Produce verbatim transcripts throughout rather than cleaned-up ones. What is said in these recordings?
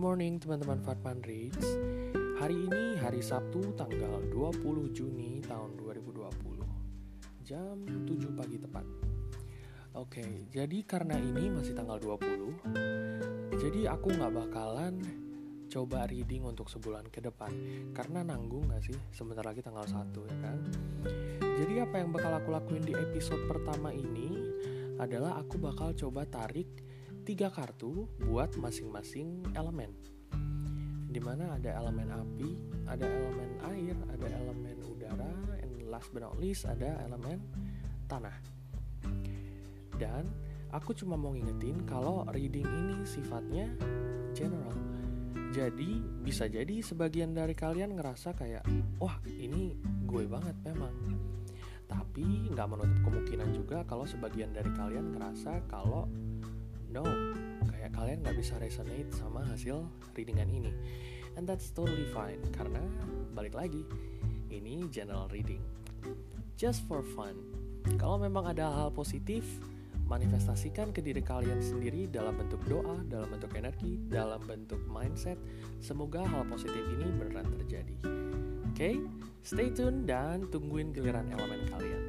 morning teman-teman Fatman Reads. Hari ini hari Sabtu tanggal dua puluh Juni tahun dua ribu dua puluh, jam tujuh pagi tepat. Oke, jadi karena ini masih tanggal dua puluh, jadi aku gak bakalan coba reading untuk sebulan ke depan, karena nanggung gak sih, sebentar lagi tanggal satu ya kan. Jadi apa yang bakal aku lakuin di episode pertama ini adalah aku bakal coba tarik tiga kartu buat masing-masing elemen, dimana ada elemen api, ada elemen air, ada elemen udara, and last but not least ada elemen tanah. Dan aku cuma mau ngingetin kalau reading ini sifatnya general. Jadi bisa jadi sebagian dari kalian ngerasa kayak, wah ini gue banget memang. Tapi gak menutup kemungkinan juga kalau sebagian dari kalian ngerasa kalau no, kayak kalian gak bisa resonate sama hasil readingan ini. And that's totally fine, karena balik lagi, ini general reading, just for fun. Kalau memang ada hal positif, manifestasikan ke diri kalian sendiri dalam bentuk doa, dalam bentuk energi, dalam bentuk mindset. Semoga hal positif ini beneran terjadi. Oke, okay? Stay tune dan tungguin giliran elemen kalian.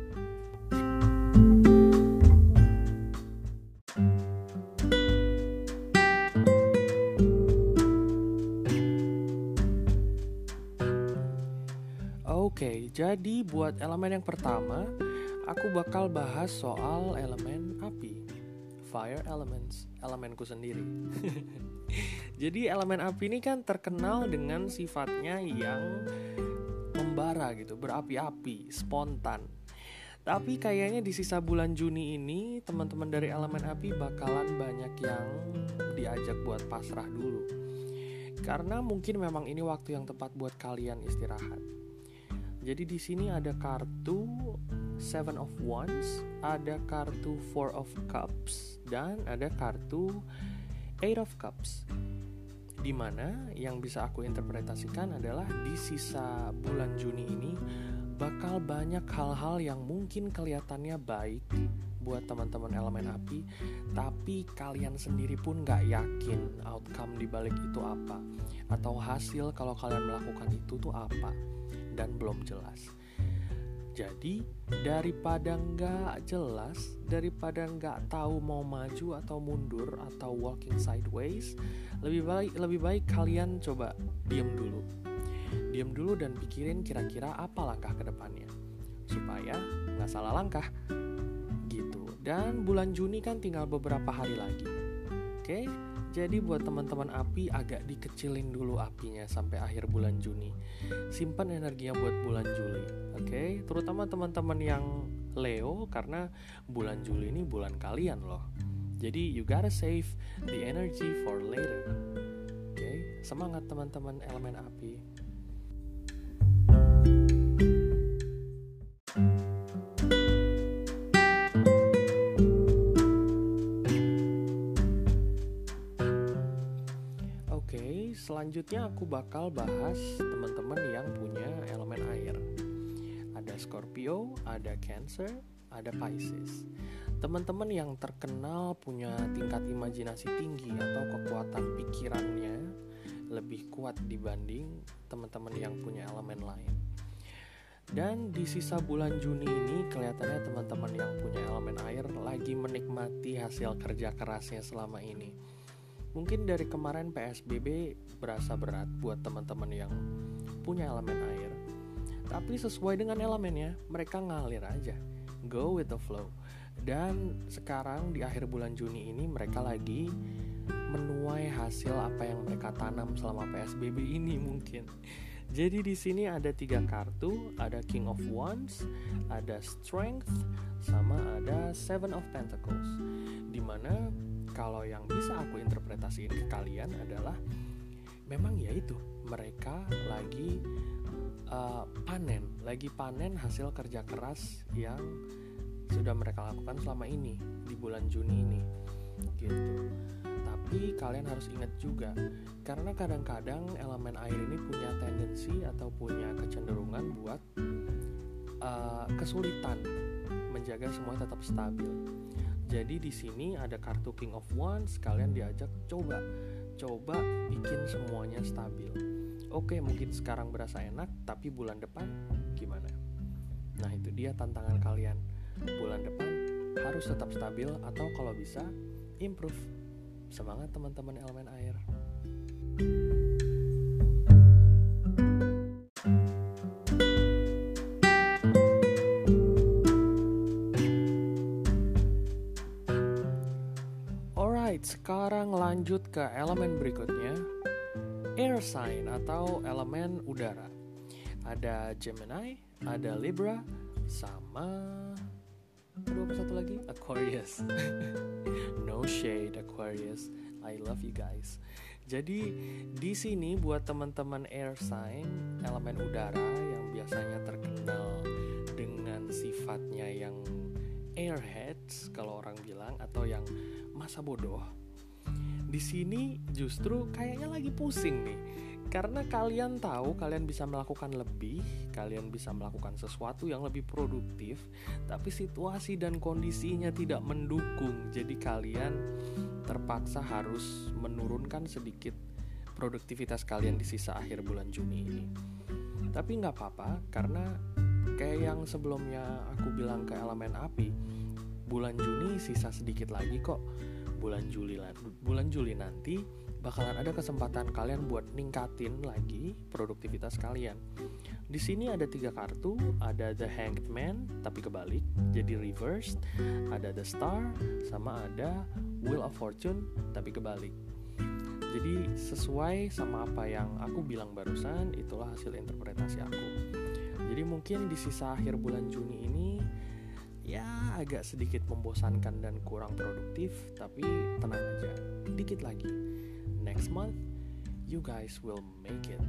Oke, okay, jadi buat elemen yang pertama, aku bakal bahas soal elemen api, fire elements, elemenku sendiri. Jadi elemen api ini kan terkenal dengan sifatnya yang membara gitu, berapi-api, spontan. Tapi kayaknya di sisa bulan Juni ini, teman-teman dari elemen api bakalan banyak yang diajak buat pasrah dulu. Karena mungkin memang ini waktu yang tepat buat kalian istirahat. Jadi di sini ada kartu Seven of Wands, ada kartu Four of Cups, dan ada kartu Eight of Cups. Dimana yang bisa aku interpretasikan adalah di sisa bulan Juni ini bakal banyak hal-hal yang mungkin kelihatannya baik buat teman-teman elemen api, tapi kalian sendiri pun gak yakin outcome dibalik itu apa, atau hasil kalau kalian melakukan itu tuh apa, dan belum jelas. Jadi daripada nggak jelas, daripada nggak tahu mau maju atau mundur atau walking sideways, lebih baik lebih baik kalian coba diam dulu, diam dulu dan pikirin kira-kira apa langkah kedepannya supaya nggak salah langkah gitu. Dan bulan Juni kan tinggal beberapa hari lagi, oke? Jadi buat teman-teman api agak dikecilin dulu apinya sampai akhir bulan Juni. Simpan energinya buat bulan Juli, oke? Okay? Terutama teman-teman yang Leo, karena bulan Juli ini bulan kalian loh. Jadi you gotta save the energy for later. Oke, okay? Semangat teman-teman elemen api. Selanjutnya aku bakal bahas teman-teman yang punya elemen air. Ada Scorpio, ada Cancer, ada Pisces. Teman-teman yang terkenal punya tingkat imajinasi tinggi atau kekuatan pikirannya lebih kuat dibanding teman-teman yang punya elemen lain. Dan di sisa bulan Juni ini kelihatannya teman-teman yang punya elemen air lagi menikmati hasil kerja kerasnya selama ini. Mungkin dari kemarin P S B B berasa berat buat teman-teman yang punya elemen air. Tapi sesuai dengan elemennya, mereka ngalir aja, go with the flow. Dan sekarang di akhir bulan Juni ini mereka lagi menuai hasil apa yang mereka tanam selama P S B B ini mungkin. Jadi di sini ada tiga kartu, ada King of Wands, ada Strength, sama ada Seven of Pentacles. Dimana kalau yang bisa aku interpretasiin ke kalian adalah memang ya itu, mereka lagi uh, panen, lagi panen hasil kerja keras yang sudah mereka lakukan selama ini di bulan Juni ini, gitu. Tapi kalian harus ingat juga, karena kadang-kadang elemen air ini punya tendensi atau punya kecenderungan buat uh, kesulitan menjaga semua tetap stabil. Jadi di sini ada kartu King of Wands, kalian diajak coba coba bikin semuanya stabil. Oke, mungkin sekarang berasa enak, tapi bulan depan gimana? Nah, itu dia tantangan kalian. Bulan depan harus tetap stabil atau kalau bisa improve. Semangat teman-teman elemen air. Alright, sekarang lanjut ke elemen berikutnya, air sign atau elemen udara. Ada Gemini, ada Libra, sama aduh apa satu lagi? Aquarius. No shade Aquarius, I love you guys. Jadi di sini buat teman-teman air sign, elemen udara yang biasanya terkenal dengan sifatnya yang airheads kalau orang bilang, atau yang masa bodoh. Di sini justru kayaknya lagi pusing nih. Karena kalian tahu kalian bisa melakukan lebih, kalian bisa melakukan sesuatu yang lebih produktif, tapi situasi dan kondisinya tidak mendukung. Jadi kalian terpaksa harus menurunkan sedikit produktivitas kalian di sisa akhir bulan Juni ini. Tapi gak apa-apa, karena kayak yang sebelumnya aku bilang ke elemen api, bulan Juni sisa sedikit lagi kok. Bulan Juli, bulan Juli nanti bakalan ada kesempatan kalian buat ningkatin lagi produktivitas kalian. Di sini ada tiga kartu, ada The Hanged Man tapi kebalik, jadi reversed, ada The Star, sama ada Wheel of Fortune tapi kebalik. Jadi sesuai sama apa yang aku bilang barusan, itulah hasil interpretasi aku. Jadi mungkin di sisa akhir bulan Juni ini ya agak sedikit membosankan dan kurang produktif, tapi tenang aja, dikit lagi. Next month, you guys will make it.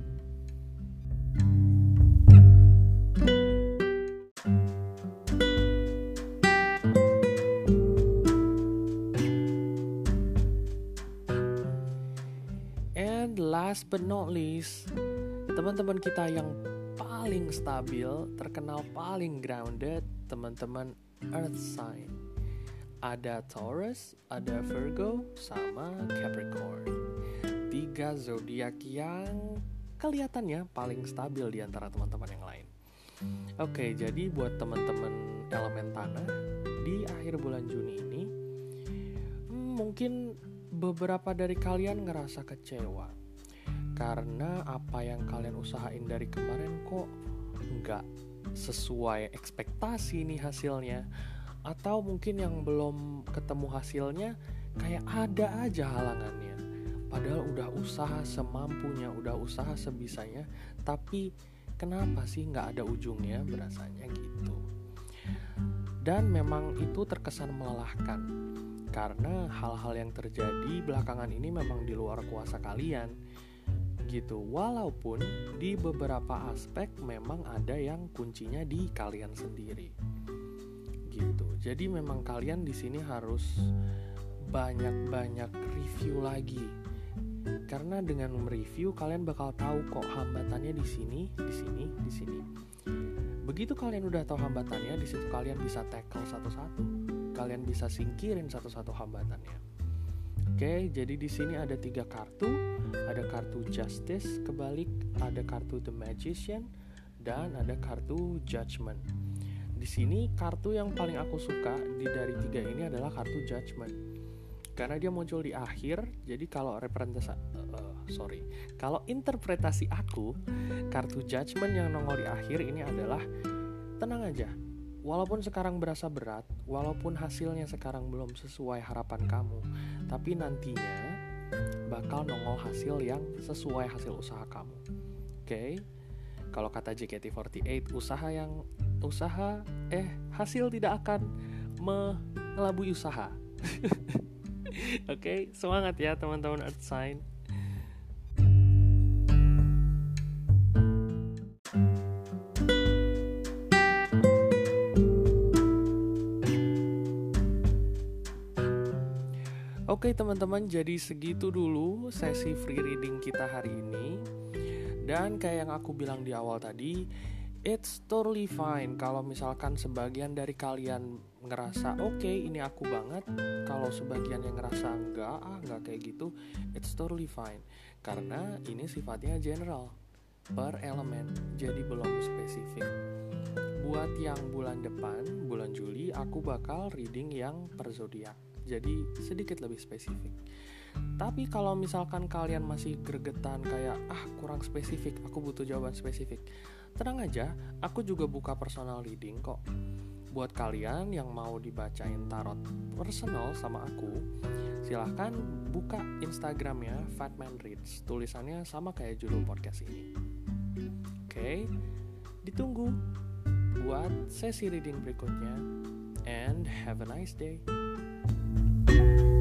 And last but not least, teman-teman kita yang paling stabil, terkenal paling grounded, teman-teman Earth sign. Ada Taurus, ada Virgo, sama Capricorn. Tiga zodiak yang kelihatannya paling stabil di antara teman-teman yang lain. Oke, jadi buat teman-teman elemen tanah di akhir bulan Juni ini, hmm, mungkin beberapa dari kalian ngerasa kecewa karena apa yang kalian usahain dari kemarin kok nggak sesuai ekspektasi nih hasilnya. Atau mungkin yang belum ketemu hasilnya kayak ada aja halangannya. Padahal udah usaha semampunya, udah usaha sebisanya, tapi kenapa sih nggak ada ujungnya, berasanya gitu. Dan memang itu terkesan melelahkan, karena hal-hal yang terjadi belakangan ini memang di luar kuasa kalian gitu. Walaupun di beberapa aspek memang ada yang kuncinya di kalian sendiri gitu. Jadi memang kalian di sini harus banyak-banyak review lagi. Karena dengan mereview kalian bakal tahu kok hambatannya di sini, di sini, di sini. Begitu kalian udah tahu hambatannya, di situ kalian bisa tackle satu-satu. Kalian bisa singkirin satu-satu hambatannya. Oke, jadi di sini ada tiga kartu. Ada kartu Justice kebalik, ada kartu The Magician, dan ada kartu Judgment. Di sini kartu yang paling aku suka di dari tiga ini adalah kartu Judgment, karena dia muncul di akhir. Jadi kalau representasi, uh, sorry, kalau interpretasi aku, kartu Judgment yang nongol di akhir ini adalah tenang aja. Walaupun sekarang berasa berat, walaupun hasilnya sekarang belum sesuai harapan kamu, tapi nantinya bakal nongol hasil yang sesuai hasil usaha kamu. Oke, okay? Kalau kata J K T empat delapan, usaha yang usaha eh hasil tidak akan mengelabui usaha. Oke, okay? Semangat ya teman-teman Earth sign. Oke teman-teman, jadi segitu dulu sesi free reading kita hari ini. Dan kayak yang aku bilang di awal tadi, It's totally fine kalau misalkan sebagian dari kalian ngerasa oke okay, ini aku banget. Kalau sebagian yang ngerasa enggak, ah enggak kayak gitu, it's totally fine. Karena ini sifatnya general, per elemen, jadi belum spesifik. Buat yang bulan depan, bulan Juli, aku bakal reading yang per zodiak, jadi sedikit lebih spesifik. Tapi kalau misalkan kalian masih gregetan kayak ah kurang spesifik, aku butuh jawaban spesifik, tenang aja, aku juga buka personal reading kok. Buat kalian yang mau dibacain tarot personal sama aku, silahkan buka Instagramnya Fatman Reads. Tulisannya sama kayak judul podcast ini. Oke, okay, ditunggu buat sesi reading berikutnya. And have a nice day.